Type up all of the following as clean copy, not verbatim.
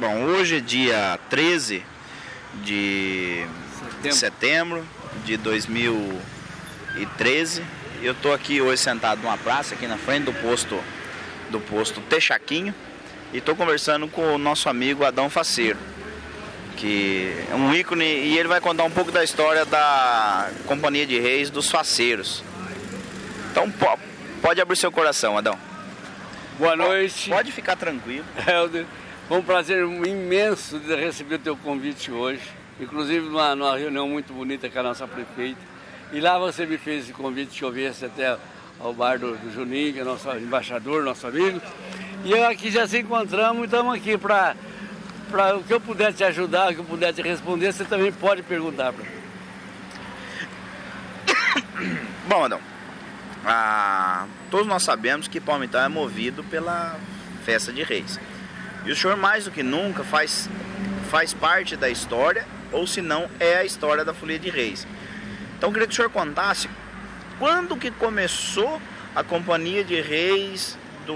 Bom, hoje é dia 13 de setembro de 2013. Eu estou aqui hoje sentado numa praça, aqui na frente do posto Texaquinho, e estou conversando com o nosso amigo Adão Faceiro, que é um ícone, e ele vai contar um pouco da história da Companhia de Reis dos Faceiros. Então pode abrir seu coração, Adão. Boa noite. Pode ficar tranquilo. Helder, foi um prazer imenso de receber o teu convite hoje, inclusive numa reunião muito bonita com a nossa prefeita. E lá você me fez esse convite que eu viesse até ao bar do Juninho, que é nosso embaixador, nosso amigo. E eu aqui já se encontramos e estamos aqui para o que eu puder te ajudar, o que eu puder te responder, você também pode perguntar para mim. Bom, Adão, todos nós sabemos que Palmitão é movido pela festa de reis. E o senhor mais do que nunca faz parte da história, ou se não é a história da Folia de Reis. Então eu queria que o senhor contasse quando que começou a Companhia de Reis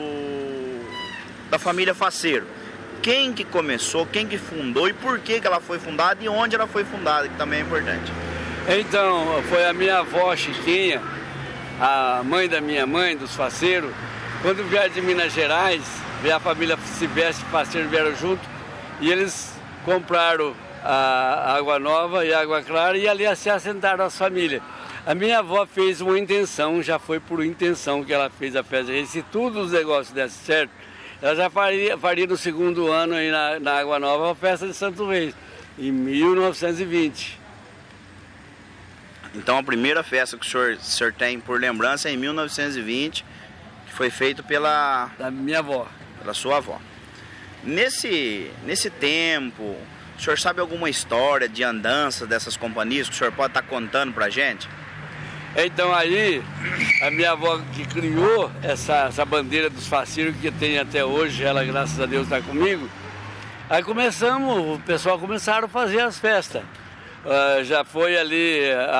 da família Faceiro. Quem que começou, quem que fundou e por que ela foi fundada e onde ela foi fundada, que também é importante. Então, foi a minha avó Chiquinha, a mãe da minha mãe, dos Faceiros. Quando vieram de Minas Gerais, veio a família Silvestre Faceiro, vieram junto e eles compraram a Água Nova e a Água Clara e ali se assentaram as famílias. A minha avó fez uma intenção, já foi por intenção que ela fez a festa de reis. Se todos os negócios dessem certo, ela já faria no segundo ano aí na Água Nova a festa de Santo Reis, em 1920. Então a primeira festa que o senhor tem por lembrança é em 1920, que foi feito da minha avó. Pela sua avó. Nesse tempo, o senhor sabe alguma história de andança dessas companhias que o senhor pode estar contando pra gente? Então aí, a minha avó que criou essa bandeira dos Faceiros que tem até hoje, ela graças a Deus está comigo. Aí o pessoal começaram a fazer as festas. Já foi ali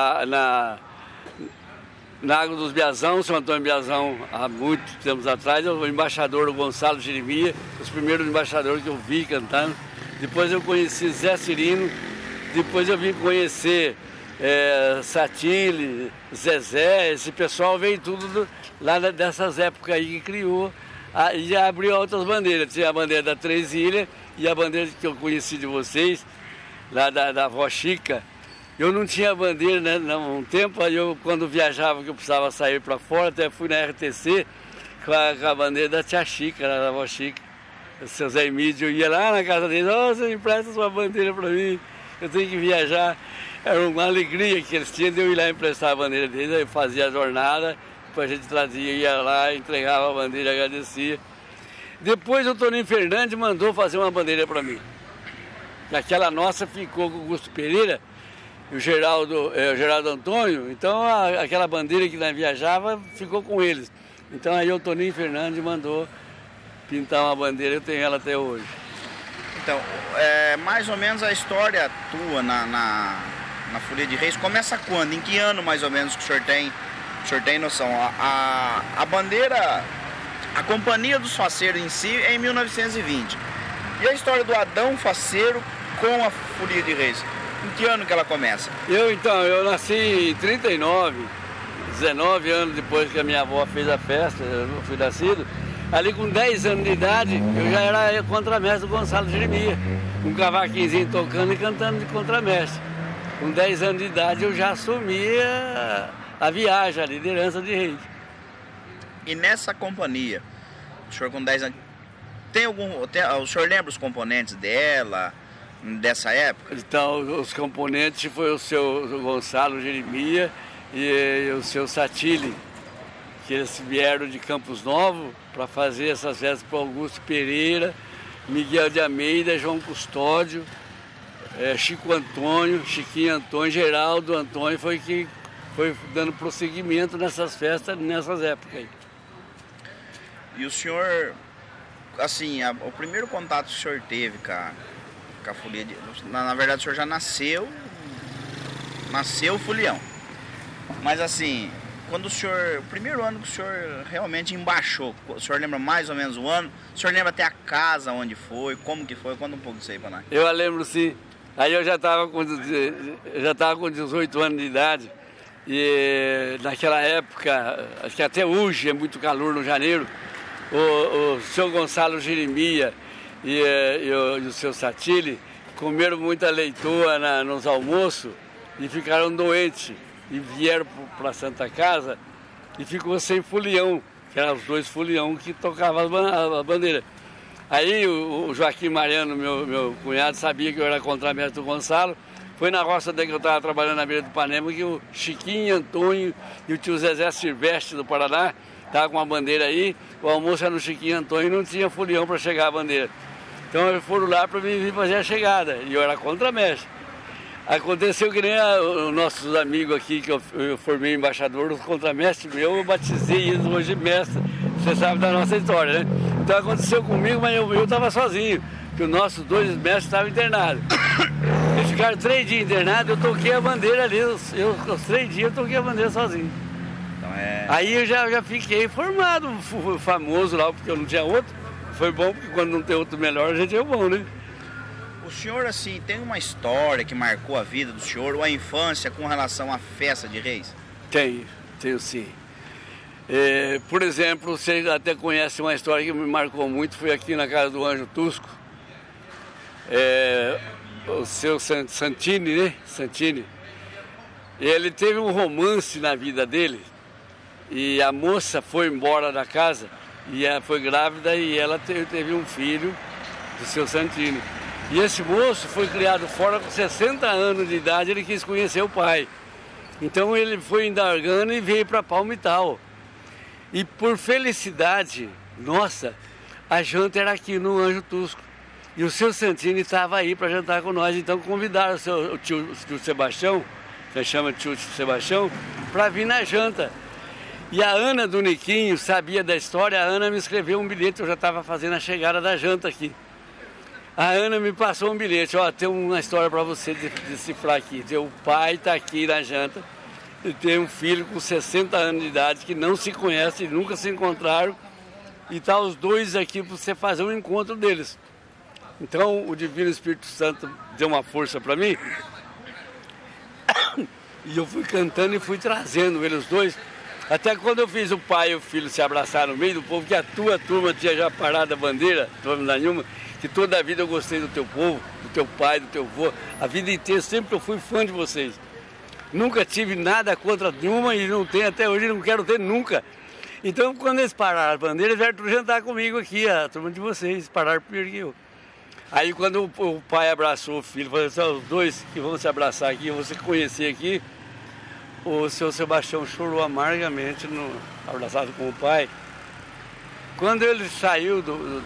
na Água dos Biazão, São Antônio Biazão, há muitos tempos atrás, o embaixador Gonçalo Jeremias, os primeiros embaixadores que eu vi cantando. Depois eu conheci Zé Cirino, depois eu vim conhecer Satile, Zezé, esse pessoal veio tudo lá dessas épocas aí que criou, e já abriu outras bandeiras. Tinha a bandeira da Três Ilhas e a bandeira que eu conheci de vocês, lá da avó Chica. Eu não tinha bandeira, né, um tempo, aí quando viajava, que eu precisava sair para fora, até fui na RTC com a bandeira da tia Chica, da avó Chica. O seu Zé Emílio ia lá na casa dele, você empresta sua bandeira para mim, eu tenho que viajar. Era uma alegria que eles tinham de eu ir lá emprestar a bandeira deles, aí eu fazia a jornada, depois a gente trazia, ia lá, entregava a bandeira, agradecia. Depois o Toninho Fernandes mandou fazer uma bandeira para mim. Aquela nossa ficou com o Augusto Pereira, o Geraldo Antônio, então aquela bandeira que nós viajava ficou com eles. Então aí o Toninho Fernandes mandou pintar uma bandeira, eu tenho ela até hoje. Então, mais ou menos a história tua na Folia de Reis começa quando? Em que ano mais ou menos que o senhor tem noção? A bandeira, a Companhia dos Faceiros em si é em 1920. E a história do Adão Faceiro com a Folia de Reis? Em que ano que ela começa? Eu nasci em 39, 19 anos depois que a minha avó fez a festa, eu fui nascido. Ali com 10 anos de idade, eu já era contramestre do Gonçalo Jeremias, um cavaquinzinho tocando e cantando de contramestre. Com 10 anos de idade eu já assumia a viagem, a liderança de reis. E nessa companhia, o senhor com 10 anos, o senhor lembra os componentes dela, dessa época? Então, os componentes foi o seu Gonçalo Jeremias e o seu Satile, que eles vieram de Campos Novos para fazer essas festas para Augusto Pereira, Miguel de Almeida, João Custódio, Chico Antônio, Chiquinho Antônio, Geraldo Antônio, foi que foi dando prosseguimento nessas festas, nessas épocas aí. E o senhor, assim, o primeiro contato que o senhor teve com a Folia de... Na verdade o senhor já nasceu folião. Mas assim, quando o primeiro ano que o senhor realmente embaixou, o senhor lembra mais ou menos o ano? O senhor lembra até a casa onde foi, como que foi? Conta um pouco disso aí pra nós. Eu lembro sim. Aí eu já estava com 18 anos de idade e naquela época, acho que até hoje é muito calor no janeiro, o seu Gonçalo Jeremia e o seu Satile comeram muita leitoa nos almoços e ficaram doentes e vieram para a Santa Casa e ficou sem folião, que eram os dois folião que tocavam a bandeira. Aí o Joaquim Mariano, meu cunhado, sabia que eu era contramestre do Gonçalo. Foi na roça daí que eu estava trabalhando na beira do Ipanema que o Chiquinho Antônio e o tio Zezé Silvestre do Paraná estavam com a bandeira aí. O almoço era no Chiquinho Antônio e não tinha folião para chegar a bandeira. Então eles foram lá para mim vir fazer a chegada e eu era contramestre. Aconteceu que nem os nossos amigos aqui, que eu formei embaixador, os contramestres eu batizei eles hoje mestre. Você sabe da nossa história, né? Então aconteceu comigo, mas eu estava sozinho, porque os nossos dois mestres estavam internados. Eles ficaram 3 dias internados, eu toquei a bandeira ali, os 3 dias eu toquei a bandeira sozinho. Então Aí eu já fiquei formado, famoso lá, porque eu não tinha outro. Foi bom, porque quando não tem outro melhor, a gente é bom, né? O senhor, assim, tem uma história que marcou a vida do senhor, ou a infância, com relação à festa de Reis? Tenho sim. Por exemplo, você até conhece uma história que me marcou muito, foi aqui na casa do Anjo Tusco. O seu Santini, né? Santini. Ele teve um romance na vida dele e a moça foi embora da casa e ela foi grávida e ela teve um filho do seu Santini. E esse moço foi criado fora com 60 anos de idade, ele quis conhecer o pai. Então ele foi indagando e veio para Palmital. E por felicidade nossa, a janta era aqui no Anjo Tusco. E o seu Santini estava aí para jantar com nós. Então convidaram o tio Sebastião, que chama tio Sebastião, para vir na janta. E a Ana do Niquinho sabia da história, a Ana me escreveu um bilhete, eu já estava fazendo a chegada da janta aqui. A Ana me passou um bilhete, tem uma história para você decifrar aqui. O pai está aqui na janta, ele tem um filho com 60 anos de idade que não se conhece, nunca se encontraram, e tá os dois aqui para você fazer um encontro deles. Então o Divino Espírito Santo deu uma força para mim, e eu fui cantando e fui trazendo eles dois. Até quando eu fiz o pai e o filho se abraçar no meio do povo, que a tua turma tinha já parado a bandeira, turma nenhuma, que toda a vida eu gostei do teu povo, do teu pai, do teu avô, a vida inteira sempre eu fui fã de vocês. Nunca tive nada contra nenhuma e não tenho até hoje, não quero ter nunca. Então quando eles pararam a bandeira, eles vieram jantar comigo aqui, a turma de vocês, pararam primeiro que eu. Aí quando o pai abraçou o filho, falou assim, os dois que vão se abraçar aqui, eu vou se conhecer aqui, o seu Sebastião chorou amargamente, abraçado com o pai. Quando ele saiu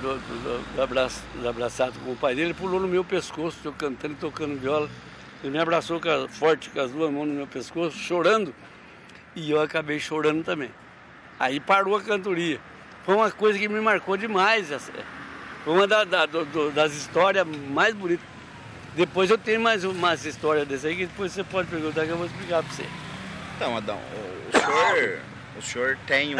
do abraçado com o pai dele, ele pulou no meu pescoço, eu cantando e tocando viola. Ele me abraçou forte com as 2 mãos no meu pescoço, chorando, e eu acabei chorando também. Aí parou a cantoria. Foi uma coisa que me marcou demais. Foi uma das histórias mais bonitas. Depois eu tenho mais umas histórias dessa aí, que depois você pode perguntar que eu vou explicar para você. Então, Adão, o senhor tem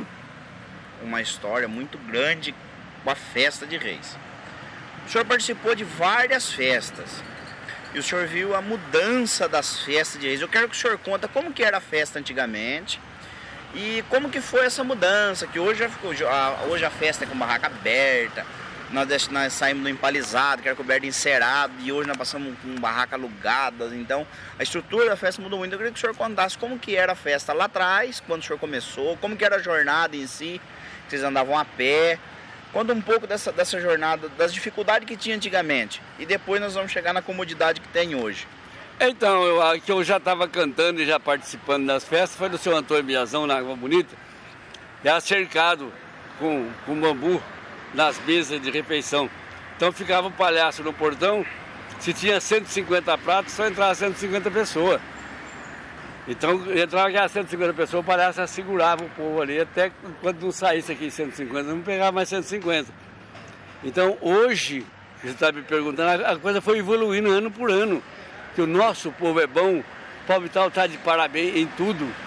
uma história muito grande com a festa de Reis. O senhor participou de várias festas e o senhor viu a mudança das festas de Reis. Eu quero que o senhor conta como que era a festa antigamente e como que foi essa mudança, que hoje a festa é com barraca aberta, nós saímos do empalizado, que era coberto encerado, e hoje nós passamos com barraca alugada. Então a estrutura da festa mudou muito. Eu queria que o senhor contasse como que era a festa lá atrás, quando o senhor começou, como que era a jornada em si, que vocês andavam a pé. Conta um pouco dessa jornada, das dificuldades que tinha antigamente, e depois nós vamos chegar na comodidade que tem hoje. Então, que eu já estava cantando e já participando das festas, foi do seu Antônio Biazão, na Água Bonita, já cercado com bambu nas mesas de refeição. Então ficava o palhaço no portão, se tinha 150 pratos, só entrava 150 pessoas. Então entrava aquelas 150 pessoas, o palhaço segurava o povo ali, até quando não saísse aqui 150, não pegava mais 150. Então hoje, você está me perguntando, a coisa foi evoluindo ano por ano, que o nosso povo é bom, o Palmital está de parabéns em tudo.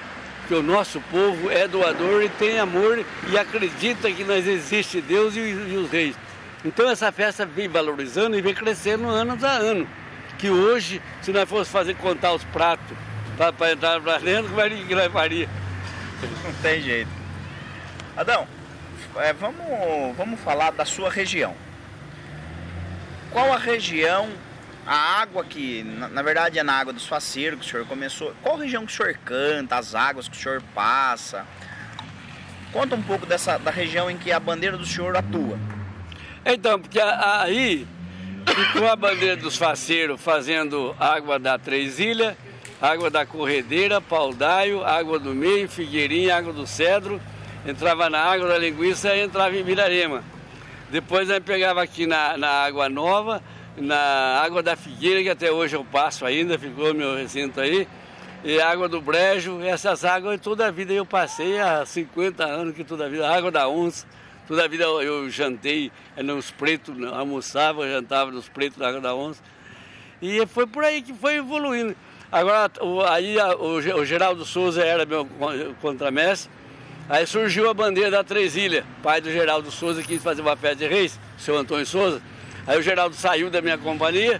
porque o nosso povo é doador e tem amor e acredita que nós existe Deus e os reis. Então essa festa vem valorizando e vem crescendo ano a ano. Que hoje, se nós fosse contar os pratos para entrar para dentro, como é que nós faria? Não tem jeito. Adão, vamos falar da sua região. Qual a região, a água que, na verdade é na água dos faceiros que o senhor começou, qual região que o senhor canta, as águas que o senhor passa? Conta um pouco da região em que a bandeira do senhor atua. Então, porque aí ficou a bandeira dos faceiros fazendo água da Três Ilhas, água da Corredeira, Pau-d'Aio, água do Meio, Figueirinha, água do Cedro, entrava na água da Linguiça e entrava em Virarema. Depois nós pegava aqui na Água Nova, na Água da Figueira, que até hoje eu passo ainda, ficou meu recinto aí, e Água do Brejo, essas águas toda a vida eu passei, há 50 anos que toda a vida, Água da Onça, toda a vida eu jantei nos pretos, almoçava, jantava nos pretos da Água da Onça, e foi por aí que foi evoluindo. Agora, o Geraldo Souza era meu contramestre. Aí surgiu a bandeira da Três Ilhas, pai do Geraldo Souza, quis fazer uma festa de reis, o seu Antônio Souza. Aí o Geraldo saiu da minha companhia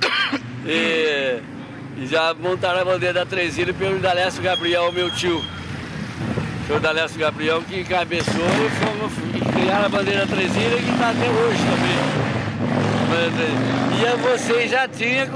e já montaram a bandeira da Três Ilhas pelo Dalécio Gabriel, meu tio. Foi o Dalécio Gabriel que cabeçou e criaram a bandeira da Três Ilhas, que está até hoje também. E você já tinha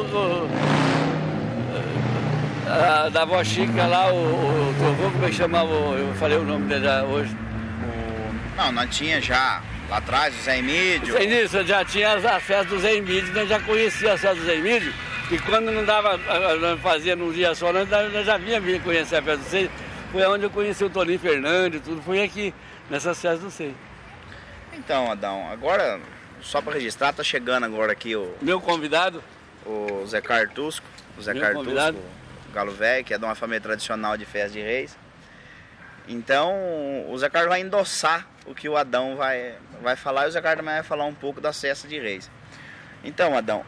da avó Chica lá, o Trovão, como é que chamava, eu falei o nome dele hoje. Não, nós tinha já, lá atrás, o Zé Emílio. Sem isso, já tinha as festas do Zé Emílio, nós já conhecia as festas do Zé Emílio, e quando não dava, nós fazia num dia só, nós já vinha conhecer a festa do Sei. Foi onde eu conheci o Toninho Fernandes, tudo foi aqui, nessas festas do Sei. Então, Adão, agora, só para registrar, tá chegando agora aqui o... Meu convidado? O Zé Cartusco, Convidado. Galo Velho, que é de uma família tradicional de festa de reis. Então, o Zé Carlos vai endossar o que o Adão vai falar, e o Zé Carlos também vai falar um pouco das festas de reis. Então, Adão,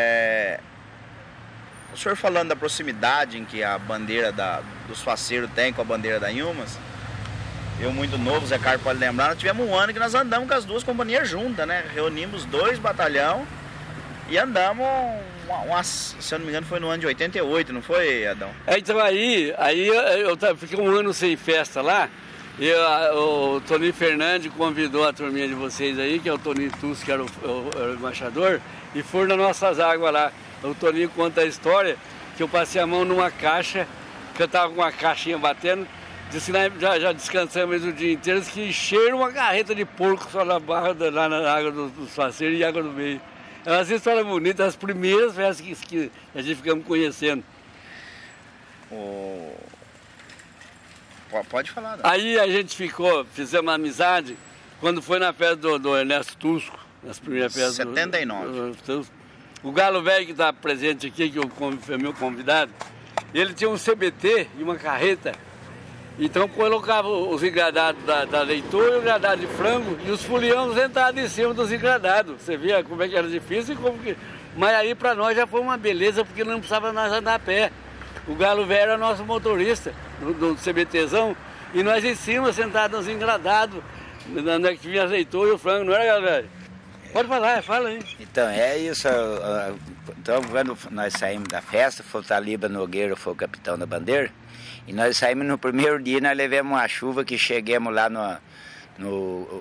o senhor falando da proximidade em que a bandeira dos faceiros tem com a bandeira da Inhumas, eu muito novo, o Zé Carlos pode lembrar, nós tivemos um ano que nós andamos com as duas companhias juntas, né? Reunimos 2 batalhões e andamos... se eu não me engano foi no ano de 88, não foi, Adão? Então aí eu fiquei um ano sem festa lá, e o Toninho Fernandes convidou a turminha de vocês aí, que é o Toninho Tus, que era o embaixador, e foram nas nossas águas lá. O Toninho conta a história que eu passei a mão numa caixa, que eu estava com uma caixinha batendo, disse que já descansamos o dia inteiro, que encheram uma carreta de porco só na barra, lá na água dos faceiros e água do meio. É uma história bonita, as primeiras festas que a gente ficamos conhecendo. Pode falar. Né? Aí a gente fizemos uma amizade quando foi na festa do Ernesto Tusco, nas primeiras festas. 79. O Galo Velho que está presente aqui, que foi meu convidado, ele tinha um CBT e uma carreta. Então colocava os engradados da leitoa e o engradado de frango e os foliões entravam em cima dos engradados. Você via como é que era difícil e como que... Mas aí para nós já foi uma beleza, porque não precisava nós andar a pé. O Galo Velho era nosso motorista do CBTzão e nós em cima sentados nos engradados, onde que vinha a leitoa e o frango, não era, Galo Velho? Pode falar, fala aí. Então, é isso. Então, quando nós saímos da festa, foi o Taliba Nogueira, foi o capitão da bandeira. E nós saímos no primeiro dia, nós levamos uma chuva que chegamos lá no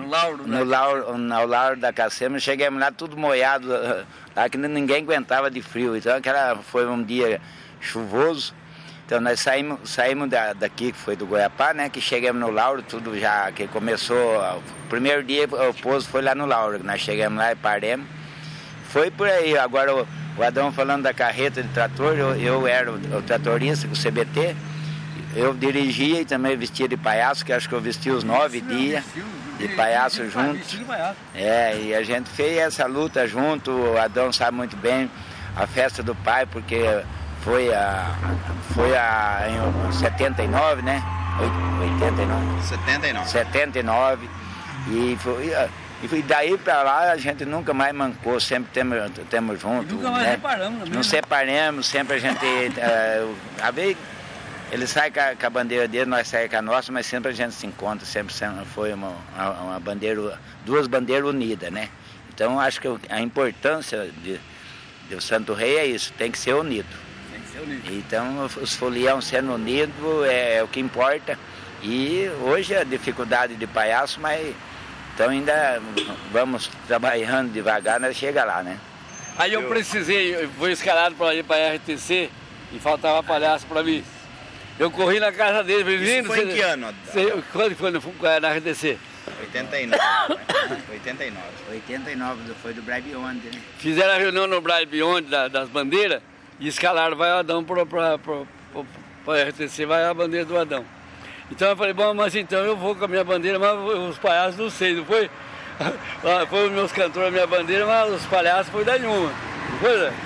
Lauro da Cacema, chegamos lá tudo molhado, lá que ninguém aguentava de frio. Então foi um dia chuvoso. Então nós saímos daqui, que foi do Goiapá, né? Que chegamos no Lauro, tudo já, que começou, o primeiro dia o pouso foi lá no Lauro, nós chegamos lá e paremos. Foi por aí. Agora o Adão falando da carreta de trator, eu era o tratorista com o CBT, eu dirigia e também vestia de palhaço, que acho que eu vesti os 9 dias de palhaço junto. E a gente fez essa luta junto. O Adão sabe muito bem a festa do pai, porque foi em 79, né? 89? 79. E daí pra lá a gente nunca mais mancou, sempre temos junto. Nunca mais separamos, Não separamos, sempre a gente... Ele sai com a bandeira dele, nós saímos com a nossa, mas sempre a gente se encontra, sempre foi uma bandeira, duas bandeiras unidas, né? Então acho que a importância do Santo Rei é isso, tem que ser unido. Tem que ser unido. Então os foliões sendo unidos é o que importa. E hoje a dificuldade de palhaço, mas então ainda vamos trabalhando devagar, nós chega lá, né? Aí eu fui escalado para ir para a RTC e faltava palhaço para mim. Eu corri na casa dele, falei, Isso foi em que ano? Quando foi na RTC? 89, 89. 89 foi do Braille Beyond, né? Fizeram a reunião no Braille Beyond das bandeiras e escalaram vai o Adão para a RTC, vai a bandeira do Adão. Então eu falei, bom, mas então eu vou com a minha bandeira, mas os palhaços não sei, não foi? Foi os meus cantores a minha bandeira, mas os palhaços foi da nenhuma, não foi, Zé?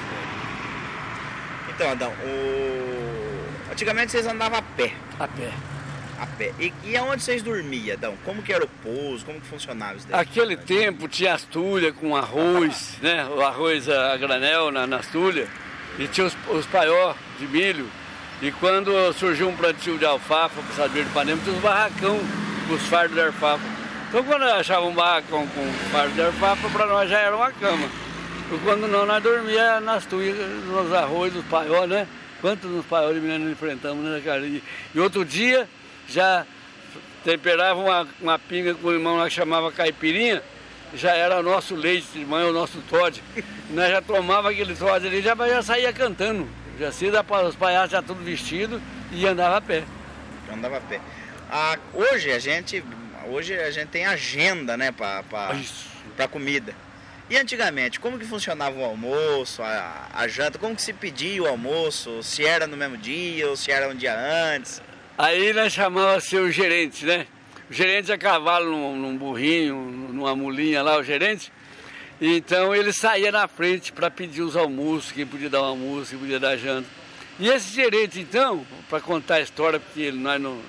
Então, Adão, antigamente vocês andavam a pé. A pé. A pé. E aonde vocês dormiam, Adão? Como que era o pouso? Como que funcionava isso daí? Aquele tempo tinha as tulhas com arroz, né? O arroz a granel nas tulhas. E tinha os paió de milho. E quando surgiu um plantio de alfafa, para saber de Ipanema, tinha os barracão com os fardos de alfafa. Então quando eu achava um barracão com fardo de alfafa, para nós já era uma cama. E quando não, nós dormíamos nas tulhas, nos arroz, nos paió, né? Quantos nos paió de menino enfrentamos, né, cara? E outro dia já temperava uma pinga com o limão lá que chamava caipirinha, já era o nosso leite de manhã, o nosso Todd. Nós já tomava aquele Todd ali, já saía cantando. Já cedo os palhaços já tudo vestido e andava a pé. Andava a pé. Hoje a gente tem agenda, né, para comida. E antigamente, como que funcionava o almoço, a janta? Como que se pedia o almoço? Se era no mesmo dia ou se era um dia antes? Aí nós chamava-se o gerente, né? O gerente a cavalo num burrinho, numa mulinha lá, o gerente. Então ele saía na frente para pedir os almoços, quem podia dar o almoço, quem podia dar janta. E esse gerente, então, para contar a história, porque nós não...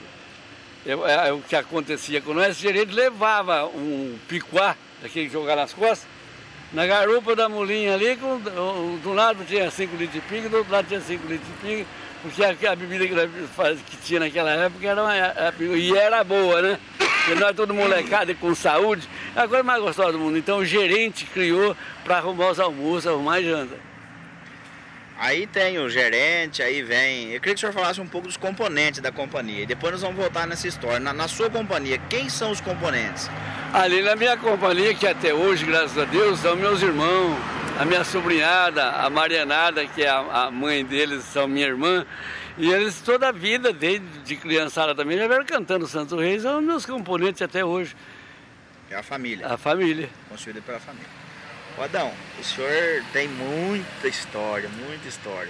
o que acontecia com nós, esse gerente levava um picuá, daquele que jogava nas costas, na garupa da mulinha ali, do lado tinha 5 litros de pinga, do outro lado tinha 5 litros de pinga, porque a bebida que tinha naquela época era boa, né? Porque nós todo molecada com saúde, é a coisa mais gostosa do mundo. Então o gerente criou para arrumar os almoços, arrumar a janta. Aí tem o gerente, aí vem... Eu queria que o senhor falasse um pouco dos componentes da companhia. E depois nós vamos voltar nessa história. Na sua companhia, quem são os componentes? Ali na minha companhia, que até hoje, graças a Deus, são meus irmãos, a minha sobrinhada, a Marianada, que é a mãe deles, são minha irmã. E eles toda a vida, desde criançada também, já vieram cantando Santo Reis, são meus componentes até hoje. É a família. A família. Construída pela família. Ô Adão, o senhor tem muita história, muita história.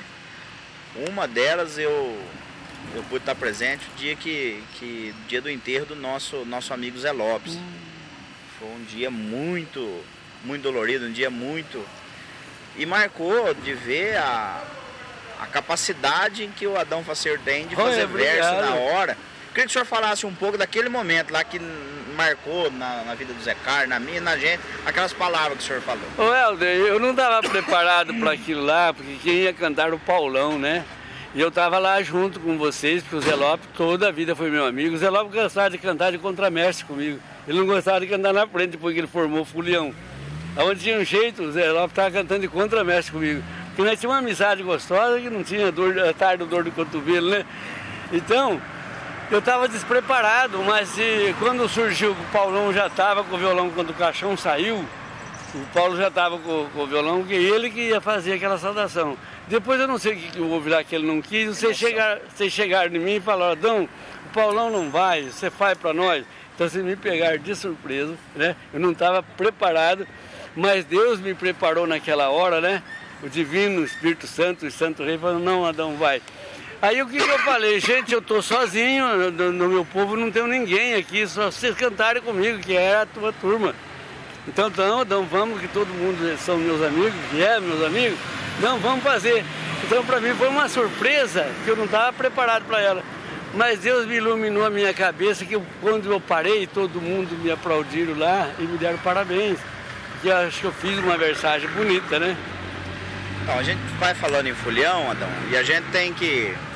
Uma delas eu pude estar presente o dia do enterro do nosso amigo Zé Lopes. Foi um dia muito dolorido, um dia muito... E marcou de ver a capacidade que o Adão Faceiro tem de fazer verso na hora. Queria que o senhor falasse um pouco daquele momento lá que marcou na vida do Zé Carlos, na minha, na gente, aquelas palavras que o senhor falou. Ô Helder, eu não estava preparado para aquilo lá, porque quem ia cantar era o Paulão, né? E eu estava lá junto com vocês, porque o Zé Lopes toda a vida foi meu amigo. O Zé Lopes gostava de cantar de contramestre comigo. Ele não gostava de cantar na frente, depois que ele formou o Fulião. Onde tinha um jeito, o Zé Lopes estava cantando de contramestre comigo. Porque nós tínhamos uma amizade gostosa que não tinha dor do cotovelo, né? Então, eu estava despreparado, mas quando surgiu, o Paulão já estava com o violão, quando o caixão saiu, o Paulo já estava com o violão, que ele que ia fazer aquela saudação. Depois eu não sei o que houve lá que ele não quis, vocês chegaram em mim e falaram, Adão, o Paulão não vai, você faz para nós. Então vocês me pegaram de surpresa, né? Eu não estava preparado, mas Deus me preparou naquela hora, né? O Divino Espírito Santo, o Santo Rei, falou, não, Adão, vai. Aí o que eu falei? Gente, eu estou sozinho, no meu povo não tem ninguém aqui, só vocês cantarem comigo, que é a tua turma. Então, Adão, vamos, que todo mundo são meus amigos, que é meus amigos, não, vamos fazer. Então, para mim foi uma surpresa, que eu não estava preparado para ela. Mas Deus me iluminou a minha cabeça, que quando eu parei, todo mundo me aplaudiram lá e me deram parabéns. Porque eu acho que eu fiz uma versagem bonita, né? Então, a gente vai falando em Fulião, Adão, e a gente tem que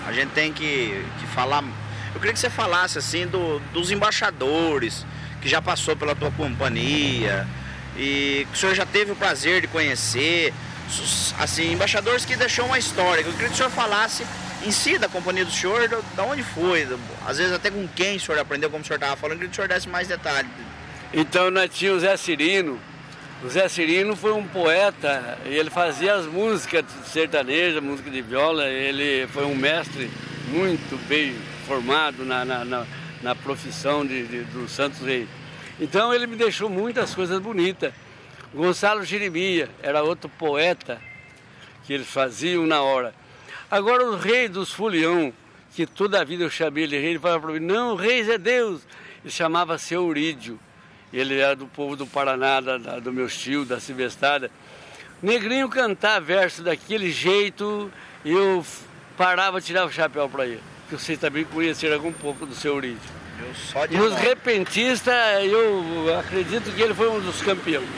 a gente tem que falar. Eu queria que você falasse assim dos embaixadores que já passou pela tua companhia e que o senhor já teve o prazer de conhecer, assim, embaixadores que deixou uma história. Eu queria que o senhor falasse em si da companhia do senhor, de onde foi, às vezes até com quem o senhor aprendeu, como o senhor estava falando. Eu queria que o senhor desse mais detalhes. Então nós tínhamos o Zé Cirino. O Zé Cirino foi um poeta, e ele fazia as músicas sertanejas, música de viola. Ele foi um mestre muito bem formado na profissão do Santos Reis. Então ele me deixou muitas coisas bonitas. Gonçalo Jeremias era outro poeta que eles faziam na hora. Agora o rei dos Fulião, que toda a vida eu chamei ele rei, ele falava para mim, não, Reis é Deus. Ele chamava Seu Eurídio. Ele era do povo do Paraná, do meu tio, da Silvestada. Negrinho cantar verso daquele jeito, eu parava, tirava o chapéu para ele. Porque vocês também conheceram um pouco do Seu Eurídio. Nos repentistas, eu acredito que ele foi um dos campeões.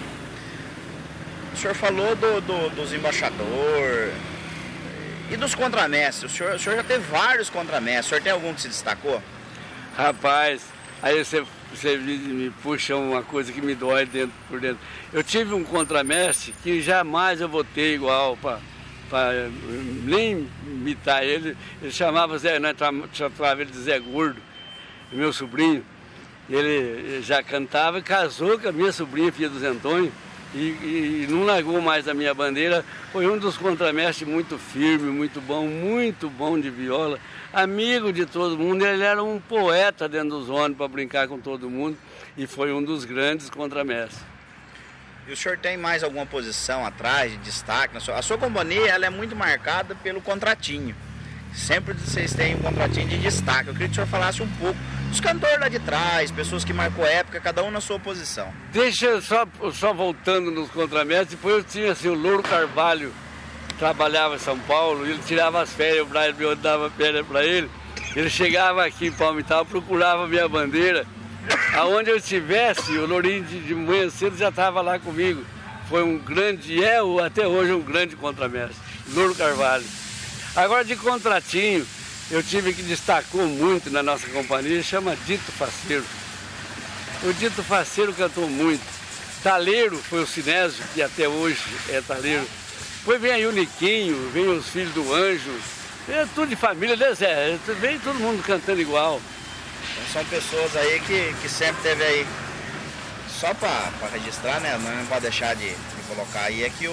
O senhor falou dos embaixadores e dos contramestres. O senhor já teve vários contramestres. O senhor tem algum que se destacou? Rapaz, aí você me puxa uma coisa que me dói por dentro. Eu tive um contramestre que jamais eu vou ter igual para nem imitar ele. Ele chamava Zé, nós chamava ele de Zé Gordo, meu sobrinho. Ele já cantava e casou com a minha sobrinha, filha do Zé Antônio, e não largou mais a minha bandeira. Foi um dos contramestres muito firme, muito bom de viola, amigo de todo mundo. Ele era um poeta dentro dos ônibus para brincar com todo mundo e foi um dos grandes contramestres. E o senhor tem mais alguma posição atrás, de destaque? A sua companhia ela é muito marcada pelo contratinho. Sempre vocês têm um contratinho de destaque. Eu queria que o senhor falasse um pouco dos cantores lá de trás, pessoas que marcou época, cada um na sua posição. Deixa eu só voltando nos contramestres. Depois eu tinha assim, o Louro Carvalho, trabalhava em São Paulo, ele tirava as férias, o Brian Biot dava férias para ele. Ele chegava aqui em Palmital, procurava a minha bandeira. Aonde eu estivesse, o Lourinho de manhã cedo já estava lá comigo. Foi um grande, até hoje um grande contramestre, Louro Carvalho. Agora de contratinho, eu tive que destacou muito na nossa companhia, chama Dito Faceiro. O Dito Faceiro cantou muito. Taleiro foi o Sinésio, que até hoje é taleiro. Depois vem aí o Niquinho, vem os filhos do Anjo. É tudo de família, né, Zé? Vem todo mundo cantando igual. Então são pessoas aí que sempre teve aí. Só para registrar, né? Não pode deixar de colocar aí, é que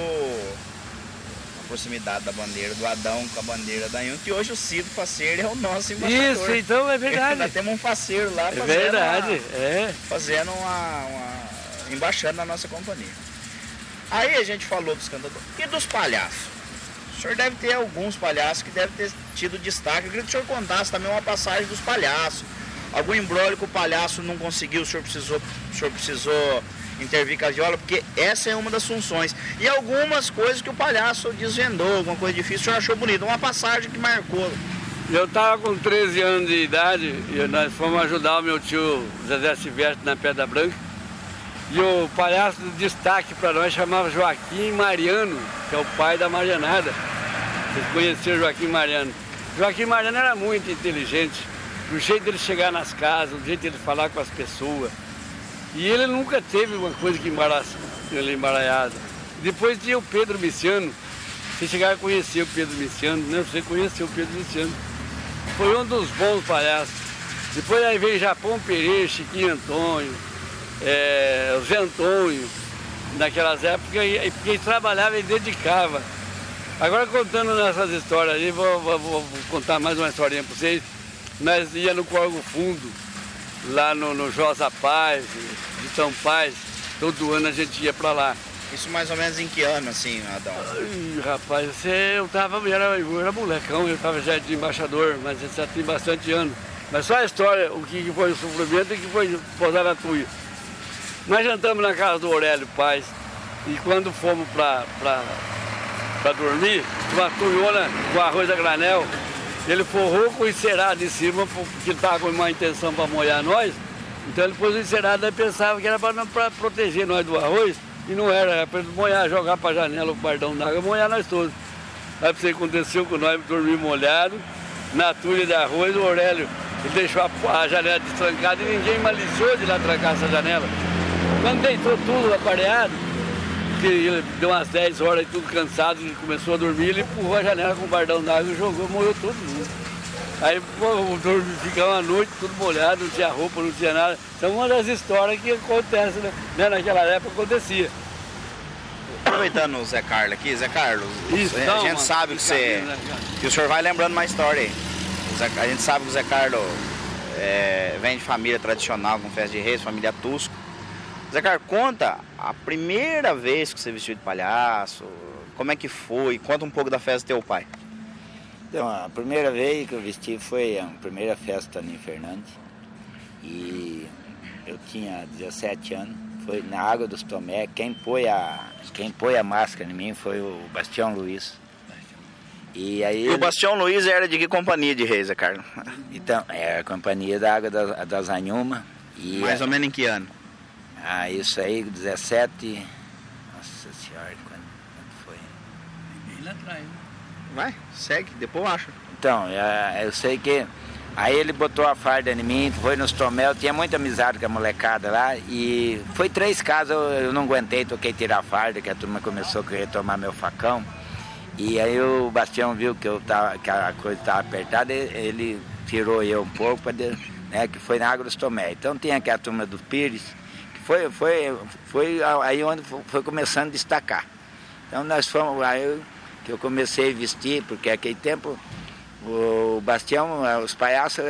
a proximidade da bandeira do Adão com a bandeira da Inho, que hoje o Cido Faceiro é o nosso embaixador. Isso, então é verdade. Nós temos um faceiro lá fazendo embaixando na nossa companhia. Aí a gente falou dos cantadores e dos palhaços. O senhor deve ter alguns palhaços que devem ter tido destaque. Eu queria que o senhor contasse também uma passagem dos palhaços. Algum embrólio que o palhaço não conseguiu, o senhor precisou intervir com a viola, porque essa é uma das funções. E algumas coisas que o palhaço desvendou, alguma coisa difícil, o senhor achou bonito. Uma passagem que marcou. Eu estava com 13 anos de idade e nós fomos ajudar o meu tio Zezé Silvestre na Pedra Branca. E o palhaço de destaque para nós chamava Joaquim Mariano, que é o pai da Marianada. Vocês conheceram Joaquim Mariano. Joaquim Mariano era muito inteligente, do jeito dele chegar nas casas, do jeito dele falar com as pessoas. E ele nunca teve uma coisa que ele embaralhada. Depois tinha o Pedro Miciano. Você chegaram a conhecer o Pedro Miciano, né? Você conheceu o Pedro Miciano. Foi um dos bons palhaços. Depois aí veio Japão Pereira, Chiquinho Antônio, o Zé Antônio, naquelas épocas, porque ele trabalhava e dedicava. Agora contando nessas histórias aí, vou contar mais uma historinha para vocês. Nós ia no Corgo Fundo, lá no Josa Paz, de Tão Paz, todo ano a gente ia para lá. Isso mais ou menos em que ano, assim, Adão? Ai, rapaz, eu era molecão, eu estava já de embaixador, mas já tinha bastante anos. Mas só a história, o que foi o sofrimento e o que foi posar na tuia. Nós jantamos na casa do Aurélio Paz e quando fomos para dormir, uma tuiona com arroz a granel, ele forrou com o encerado em cima, porque ele estava com uma intenção para molhar nós. Então ele pôs o encerado e pensava que era para proteger nós do arroz, e não era para ele molhar, jogar para a janela o bardão d'água, molhar nós todos. Aí isso aconteceu com nós, dormir molhado, na tulha de arroz, o Aurélio, ele deixou a janela destrancada e ninguém maliciou de lá trancar essa janela. Quando deitou tudo aparelhado, que ele deu umas 10 horas e tudo cansado, e começou a dormir, ele empurrou a janela com um bardão d'água e jogou, morreu todo mundo. Aí ficava uma noite tudo molhado, não tinha roupa, não tinha nada. Então uma das histórias que acontece, né? Naquela época acontecia. Aproveitando o Zé Carlos aqui, Zé Carlos, Isso, a então, gente sabe que o senhor vai lembrando uma história aí. A gente sabe que o Zé Carlos vem de família tradicional, com festa de reis, família Tusco. Zé Carlos, conta a primeira vez que você vestiu de palhaço, como é que foi, conta um pouco da festa do teu pai. Então, a primeira vez que eu vesti foi a primeira festa em Fernandes, e eu tinha 17 anos, foi na Água dos Tomé. Quem pôs a máscara em mim foi o Bastião Luiz. E o Bastião Luiz era de que companhia de reis, Zé Carlos? Então, era a companhia da Água das Anhuma. Mais ou menos em que ano? Isso aí, 17... Nossa Senhora, quando foi? Bem lá atrás, né? Vai, segue, depois eu acho. Então, eu sei que... Aí ele botou a farda em mim, foi nos Tomé, eu tinha muita amizade com a molecada lá, e foi 3 casas, eu não aguentei, toquei tirar a farda, que a turma começou a querer tomar meu facão. E aí o Bastião viu que a coisa estava apertada, ele tirou eu um pouco, né, que foi na Água dos Tomé. Então tinha aqui a turma do Pires, que foi aí onde foi começando a destacar. Então nós fomos, aí que eu comecei a vestir, porque naquele tempo o Bastião, os palhaços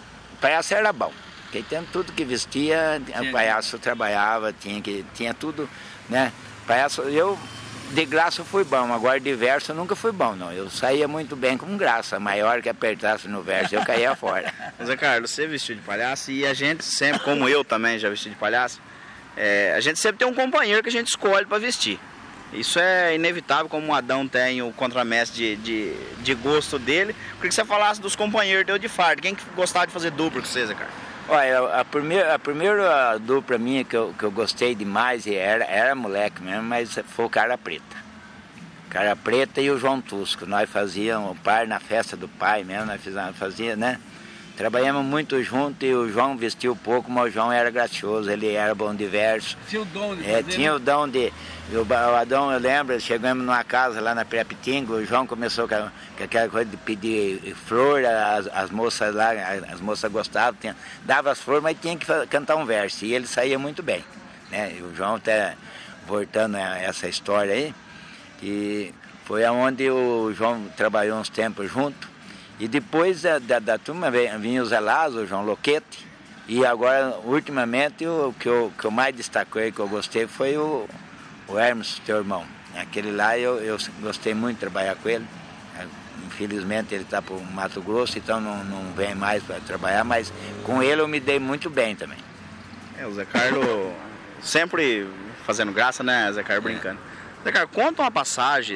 era bom. Naquele tempo tudo que vestia, o palhaço trabalhava, tinha tudo, né? Palhaço, eu de graça fui bom, agora de verso eu nunca fui bom, não. Eu saía muito bem com graça, maior que apertasse no verso, eu caía fora. Zé Carlos, você vestiu de palhaço e a gente sempre, como eu também já vesti de palhaço, a gente sempre tem um companheiro que a gente escolhe para vestir. Isso é inevitável, como o Adão tem o contramestre de gosto dele. Eu queria que você falasse dos companheiros teu de farda. Quem que gostava de fazer dupla com você, Zé Carlos? Olha, a primeira dupla minha que eu gostei demais era moleque mesmo, mas foi o Cara Preta. Cara Preta e o João Tusco. Nós fazíamos o par na festa do pai mesmo, nós fazia, né? Trabalhamos muito junto e o João vestiu pouco, mas o João era gracioso, ele era bom de verso. Tinha o dom de fazer, tinha o dom de... O Adão, eu lembro, chegamos numa casa lá na Pirapitinga, o João começou com aquela coisa de pedir flor, as moças lá, as moças gostavam, dava as flores, mas tinha que cantar um verso, e ele saía muito bem, né? E o João até, voltando a essa história aí, que foi aonde o João trabalhou uns tempos junto, e depois da turma vinha o Zé Lázaro, o João Loquete, e agora, ultimamente, o que eu mais destaquei, que eu gostei, foi o Hermes, teu irmão. Aquele lá eu gostei muito de trabalhar com ele. Infelizmente ele está para o Mato Grosso, então não vem mais para trabalhar, mas com ele eu me dei muito bem também. O Zé Carlos sempre fazendo graça, né, Zé Carlos, brincando. Zé Carlos, conta uma passagem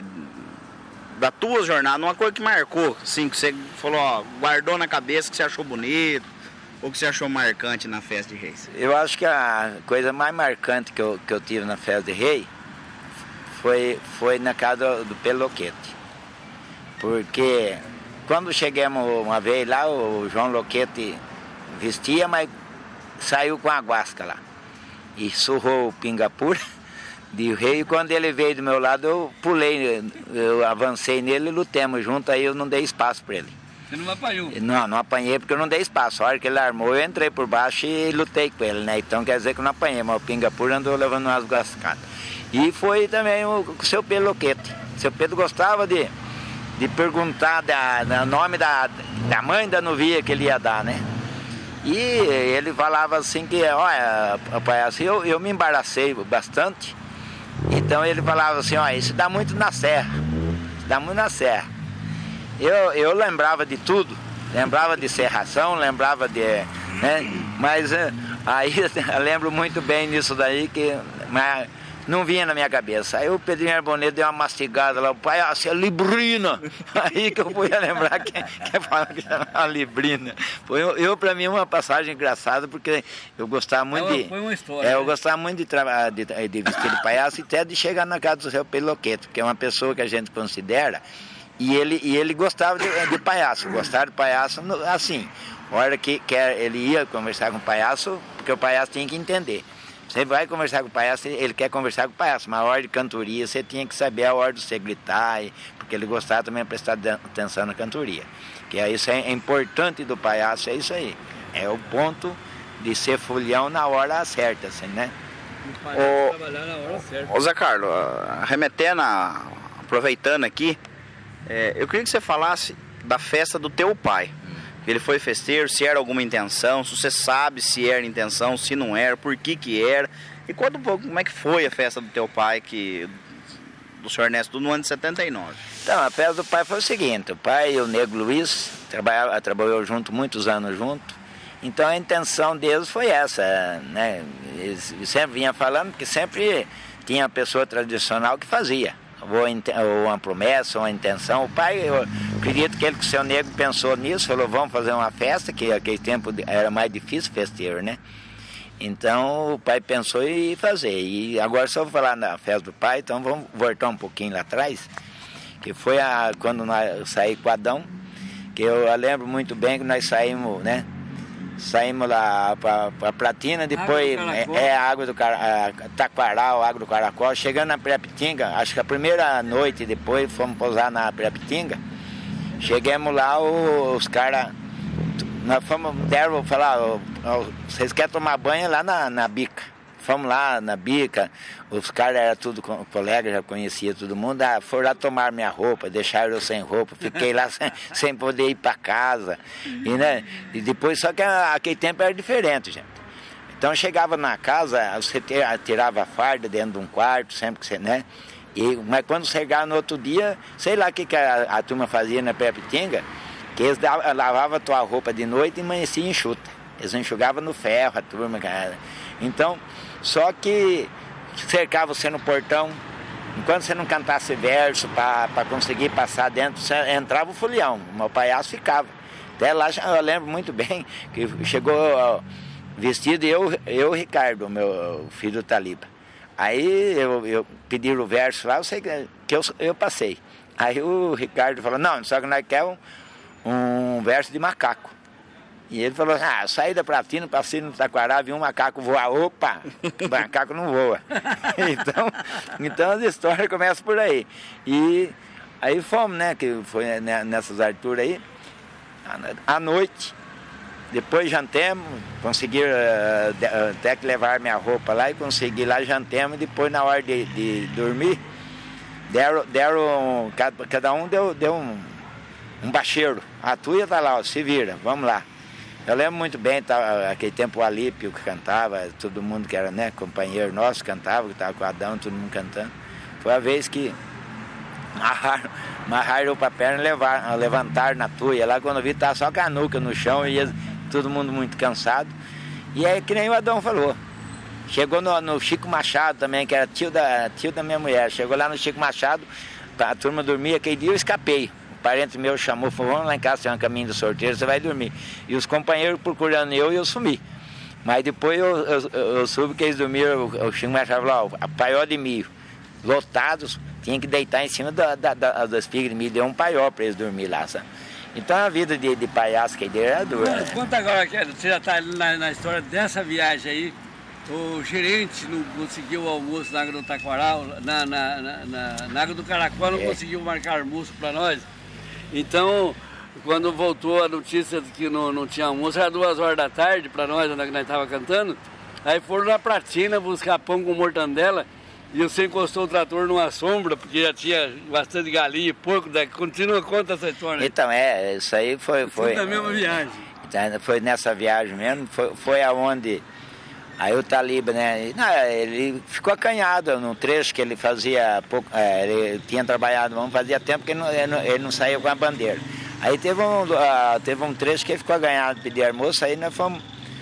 da tua jornada, uma coisa que marcou, assim, que você falou, ó, guardou na cabeça, que você achou bonito, ou que você achou marcante na festa de reis? Eu acho que a coisa mais marcante que eu tive na festa de rei foi na casa do Peloquete. Porque quando chegamos uma vez lá, o João Loquete vestia, mas saiu com a guasca lá. E surrou o Pingapura de rei, e quando ele veio do meu lado, eu pulei, eu avancei nele e lutemos junto, aí eu não dei espaço para ele. Você não apanhou? Não apanhei porque eu não dei espaço. A hora que ele armou, eu entrei por baixo e lutei com ele, né? Então quer dizer que eu não apanhei, mas o Pingapura andou levando umas guascadas. E foi também o seu Peloquete. O seu Pedro gostava de perguntar do nome da mãe da novia que ele ia dar, né? E ele falava assim que, olha, palhaço, eu me embaracei bastante. Então ele falava assim, olha, isso dá muito na serra. Isso dá muito na serra. Eu lembrava de tudo, lembrava de serração, lembrava de... né? Mas aí eu lembro muito bem disso daí, mas não vinha na minha cabeça. Aí o Pedrinho Arboneto deu uma mastigada lá, o pai, é librina. Aí que eu fui a lembrar que falava que era uma librina. Para mim, uma passagem engraçada, porque eu gostava muito Foi uma história. Eu gostava muito de vestir de palhaço e até de chegar na casa do seu Peloquete, porque é uma pessoa que a gente considera E ele gostava de palhaço, gostava de palhaço assim. A hora que ele ia conversar com o palhaço, porque o palhaço tinha que entender. Você vai conversar com o palhaço, ele quer conversar com o palhaço, mas a hora de cantoria você tinha que saber a hora de você gritar, porque ele gostava também de prestar atenção na cantoria. Que isso é importante do palhaço, é isso aí. É o ponto de ser folião na hora certa, assim, né? Trabalhar na hora certa. Ô Zé Carlos, aproveitando aqui, eu queria que você falasse da festa do teu pai. Ele foi festeiro, se era alguma intenção, se você sabe se era intenção, se não era, por que era. E conta um pouco como é que foi a festa do teu pai, do senhor Ernesto, no ano de 79. Então, a festa do pai foi o seguinte, o pai e o Nego Luiz trabalhou junto, muitos anos junto. Então a intenção deles foi essa, né? Eles sempre vinham falando que sempre tinha a pessoa tradicional que fazia. Ou uma promessa, ou uma intenção. O pai, eu acredito que ele com o seu Nego pensou nisso, falou, vamos fazer uma festa, que naquele tempo era mais difícil festeiro, né? Então o pai pensou em fazer. E agora só vou falar na festa do pai, então vamos voltar um pouquinho lá atrás, que foi quando nós saímos com o Adão, que eu lembro muito bem que nós saímos, né? Saímos lá para Platina, depois a água do Taquaral, a água do Caracol, chegando na Pirapitinga, acho que a primeira noite depois fomos pousar na Pirapitinga, chegamos lá, os caras, nós deram falar, vocês querem tomar banho lá na bica. Fomos lá na bica, os caras eram tudo colegas, já conhecia todo mundo, foram lá tomar minha roupa, deixaram eu sem roupa, fiquei lá sem poder ir para casa. E depois, só que aquele tempo era diferente, gente. Então chegava na casa, você tirava a farda dentro de um quarto, sempre que você, né? Mas quando chegava no outro dia, sei lá o que a turma fazia na Pirapitinga, que eles lavavam a tua roupa de noite e amanhecia enxuta. Eles enxugavam no ferro a turma, cara. Então, só que cercava você no portão, enquanto você não cantasse verso para conseguir passar dentro, você entrava o folião, o meu palhaço ficava. Até lá eu lembro muito bem que chegou vestido eu e o Ricardo, meu filho do Taliba. Aí eu pedi o verso lá, eu sei que eu passei. Aí o Ricardo falou, não, só que nós queremos um verso de macaco. E ele falou, saí da Platina, passei no Taquará, vi um macaco voar, opa, o macaco não voa. Então as histórias começam por aí. E aí fomos, né, que foi nessas alturas aí, à noite, depois jantemos, conseguiram até que levar minha roupa lá e consegui lá, jantemos, e depois na hora de dormir, cada um deu um bacheiro. A tua tá lá, ó, se vira, vamos lá. Eu lembro muito bem, aquele tempo o Alípio que cantava, todo mundo que era, né, companheiro nosso cantava, que estava com o Adão, todo mundo cantando. Foi a vez que amarraram para a perna e levantaram na tuia. Lá quando eu vi, estava só a nuca no chão e todo mundo muito cansado. E aí, que nem o Adão falou, chegou no Chico Machado também, que era tio da minha mulher. Chegou lá no Chico Machado, a turma dormia, aquele dia eu escapei. Parente meu chamou, falou, vamos lá em casa, tem um caminho do sorteiro, você vai dormir. E os companheiros procurando eu, e eu sumi. Mas depois eu soube que eles dormiram, o Chico Machado falou, a paiol de milho, lotados, tinha que deitar em cima das espigas de milho, deu um paiol para eles dormir lá, sabe? Então a vida de palhaço que dele era dura. Mas conta agora, que você já está na história dessa viagem aí, o gerente não conseguiu o almoço na Água do Taquaral, na Água do Caracol não conseguiu marcar almoço para nós. Então, quando voltou a notícia de que não tinha almoço, era 2 horas da tarde para nós, onde nós estávamos cantando. Aí foram na Platina buscar pão com mortandela e você encostou o trator numa sombra, porque já tinha bastante galinha e porco. Continua, conta essa história. Então, isso aí foi na mesma viagem. Foi nessa viagem mesmo, foi aonde... Aí o Taliba, né, ele ficou acanhado no trecho que ele fazia pouco, ele tinha trabalhado, fazia tempo que ele não saía com a bandeira. Aí teve um trecho que ele ficou acanhado, pedir almoço, aí nós fomos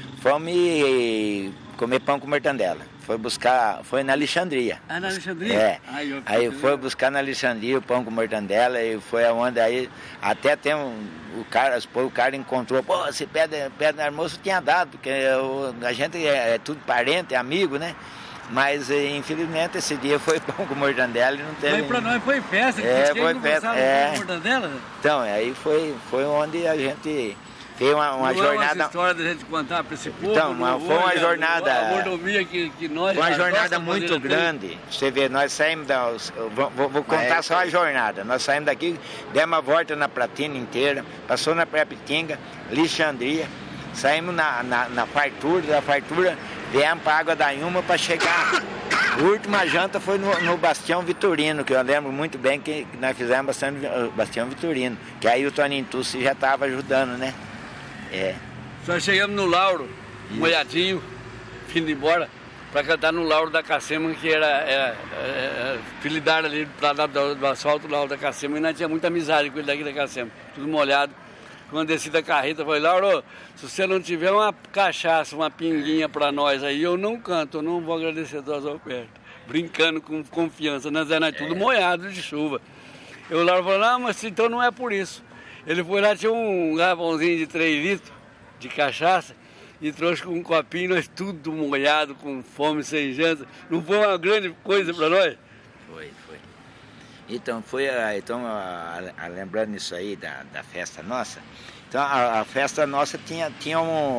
comer pão com mortandela. Foi na Alexandria. Ah, na Alexandria? Aí foi buscar na Alexandria o pão com mortandela e foi aonde aí, até tem o cara encontrou, se pede almoço, tinha dado, porque a gente é tudo parente, é amigo, né? Mas infelizmente esse dia foi pão com mortandela e não teve. Mas pra nós foi festa, foi festa. Com mortandela? Então, aí foi onde a gente fez uma jornada. Uma história da gente contar para esse povo. Então, foi uma jornada. A mordomia que nós. Foi uma jornada muito grande. Você vê, nós saímos da. Vou contar só a jornada. Nós saímos daqui, demos uma volta na Platina inteira, passou na Pré-Pitinga, Alexandria, saímos na fartura, da fartura, viemos para a Água da Inhuma para chegar. A última janta foi no Bastião Vitorino, que eu lembro muito bem que nós fizemos Bastião Vitorino, que aí o Toninho Tussi já estava ajudando, né? Nós chegamos no Lauro, molhadinho, vindo embora, para cantar no Lauro da Cacema, que era filidário ali do asfalto do Lauro da Cacema, e nós tínhamos muita amizade com ele daqui da Cacema, tudo molhado. Quando desci da carreta, eu falei, Lauro, se você não tiver uma cachaça, uma pinguinha para nós aí, eu não canto, eu não vou agradecer tuas ofertas. Brincando com confiança, nós era tudo molhado de chuva. O Lauro falou, não, mas então não é por isso. Ele foi lá, tinha um garrafãozinho de 3 litros de cachaça e trouxe com um copinho, nós tudo molhado, com fome, sem janta. Não foi uma grande coisa para nós? Foi. Então, lembrando isso aí da festa nossa, então a festa nossa tinha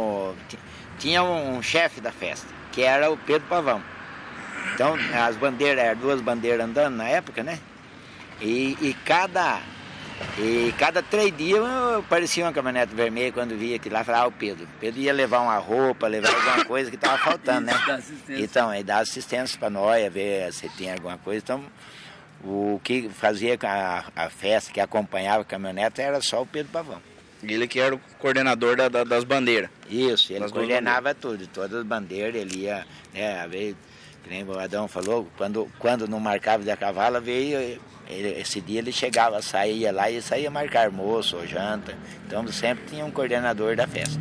um chefe da festa, que era o Pedro Pavão. Então, as bandeiras, eram 2 bandeiras andando na época, né? E cada 3 dias aparecia uma caminhonete vermelha quando via aquilo lá, falava, o Pedro ia levar uma roupa, levar alguma coisa que estava faltando, né? Então, aí dava assistência para nós, ver se tinha alguma coisa. Então, o que fazia a festa, que acompanhava a caminhonete, era só o Pedro Pavão. Ele que era o coordenador das bandeiras. Isso, ele coordenava tudo, todas as bandeiras, ele ia, né, a vez, que nem o Adão falou, quando não marcava de cavalo, esse dia ele chegava, saía lá e saía marcar almoço ou janta, então sempre tinha um coordenador da festa.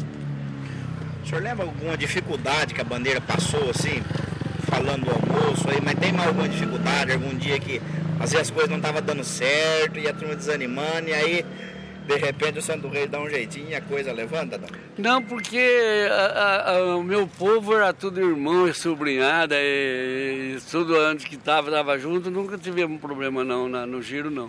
O senhor lembra alguma dificuldade que a bandeira passou, assim, falando do almoço aí, mas tem mais alguma dificuldade, algum dia que às vezes as coisas não estavam dando certo e a turma desanimando, e aí de repente o Santo Reis dá um jeitinho e a coisa levanta, não? Não, porque o meu povo era tudo irmão e sobrinhada, e tudo antes que estava junto, nunca tivemos problema não, no giro não.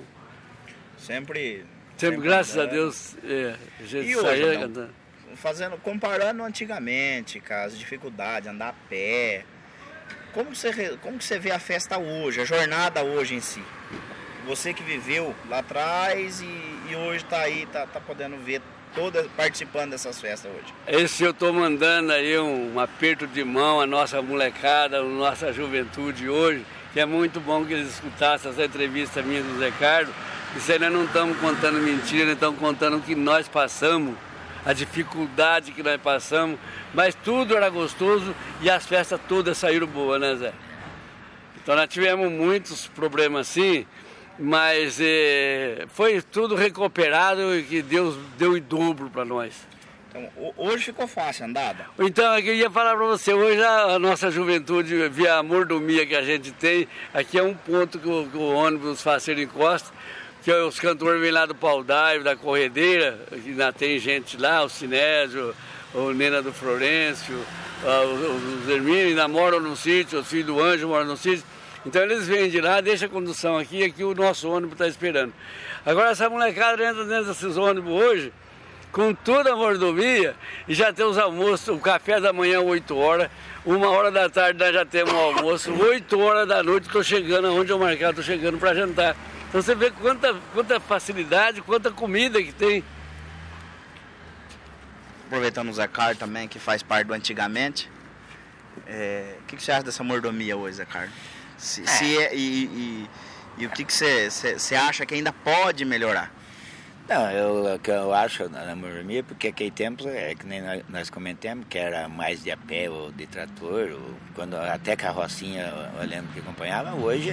Sempre graças a Deus, a gente e saía hoje, cantando. Comparando antigamente, com as dificuldades, andar a pé, como que você vê a festa hoje, a jornada hoje em si? Você que viveu lá atrás e hoje está aí, tá podendo ver, participando dessas festas hoje. Esse eu estou mandando aí um aperto de mão à nossa molecada, à nossa juventude hoje, que é muito bom que eles escutassem essa entrevista minha do Zé Carlos. Isso aí nós não estamos contando mentira, nós estamos contando o que nós passamos, a dificuldade que nós passamos, mas tudo era gostoso e as festas todas saíram boas, né, Zé? Então nós tivemos muitos problemas assim, mas foi tudo recuperado e que Deus deu em dobro para nós. Então, hoje ficou fácil a andada? Então, eu queria falar para você, hoje a nossa juventude, via a mordomia que a gente tem, aqui é um ponto que o ônibus faceiro encosta, que os cantores vêm lá do Pau d'Aivo, da Corredeira, que ainda tem gente lá, o Sinésio, o Nena do Florencio, os Hermínios ainda moram no sítio, os filhos do Anjo moram no sítio. Então eles vêm de lá, deixam a condução aqui e aqui o nosso ônibus está esperando. Agora essa molecada entra dentro desses ônibus hoje, com toda a mordomia, e já tem os almoços, o café da manhã 8 horas, 1h da tarde nós já temos o almoço, 8 horas da noite estou chegando, aonde eu marcar, estou chegando para jantar. Então você vê quanta facilidade, quanta comida que tem. Aproveitando o Zé Carlos também, que faz parte do antigamente, o que você acha dessa mordomia hoje, Zé Carlos? E o que você acha que ainda pode melhorar? Não, eu acho na mordomia, porque aquele tempo, que nem nós comentamos, que era mais de a pé ou de trator, ou quando até carrocinha eu lembro que acompanhava, hoje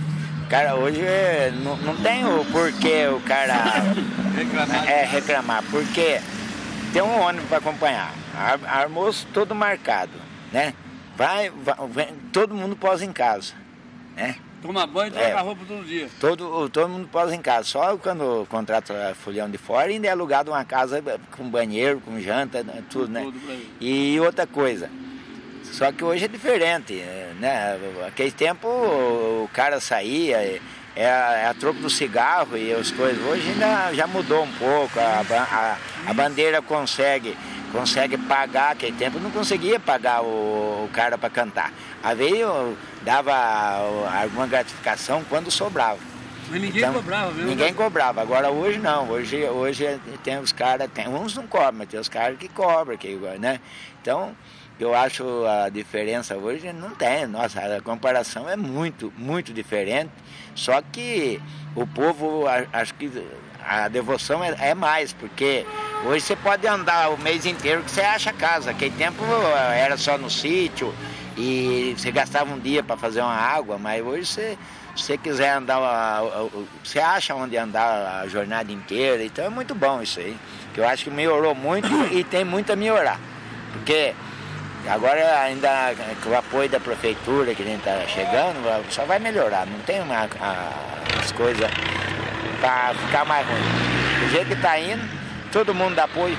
não tem o porquê o cara reclamar, porque tem um ônibus para acompanhar, almoço todo marcado, né? Vai, todo mundo posa em casa, né? Toma banho e troca a roupa todo dia. Todo mundo posa em casa, só quando contrata fulhão de fora ainda é alugado uma casa com banheiro, com janta, tudo, né? E outra coisa, Só que hoje é diferente, né? Aquele tempo o cara saía, a troco do cigarro e as coisas. Hoje ainda já mudou um pouco, a bandeira consegue pagar, aquele tempo não conseguia pagar o cara para cantar. Às vezes dava alguma gratificação quando sobrava. Mas ninguém cobrava mesmo? Ninguém cobrava, agora hoje não, hoje tem os caras, uns não cobram, mas tem os caras que cobram, né? Então, eu acho a diferença hoje não tem, nossa, a comparação é muito, muito diferente, só que o povo, acho que a devoção é mais, porque hoje você pode andar o mês inteiro que você acha casa, aquele tempo era só no sítio e você gastava um dia para fazer uma água, mas hoje se você quiser andar, você acha onde andar a jornada inteira, então é muito bom isso aí, que eu acho que melhorou muito e tem muito a melhorar, porque agora ainda com o apoio da prefeitura que a gente está chegando, só vai melhorar, não tem as coisas para ficar mais ruim. Do jeito que está indo, todo mundo dá apoio.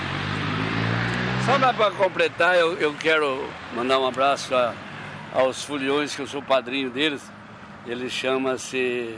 Só para completar, eu quero mandar um abraço aos foliões, que eu sou padrinho deles. Ele chama-se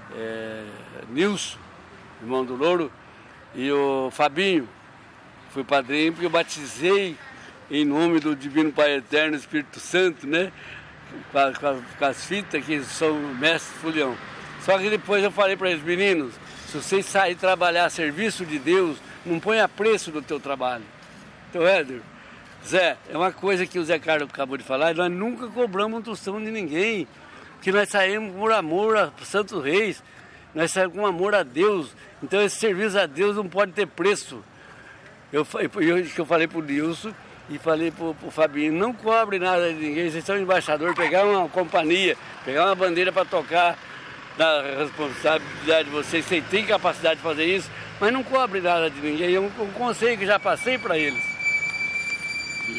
Nilson, irmão do Louro, e o Fabinho. Fui padrinho porque eu batizei em nome do Divino Pai Eterno, Espírito Santo, né? Com as fitas que são mestre folião. Só que depois eu falei para eles, meninos, se vocês saírem trabalhar a serviço de Deus, não ponha preço no teu trabalho. Então, Éder, Zé, é uma coisa que o Zé Carlos acabou de falar, nós nunca cobramos um tostão de ninguém, que nós saímos por amor a Santos Reis, nós saímos com amor a Deus, então esse serviço a Deus não pode ter preço. Eu falei para o Nilson e falei para o Fabinho, não cobre nada de ninguém, vocês são embaixador, pegar uma companhia, pegar uma bandeira para tocar, da responsabilidade de vocês tem capacidade de fazer isso, mas não cobre nada de ninguém, é um conselho que já passei para eles.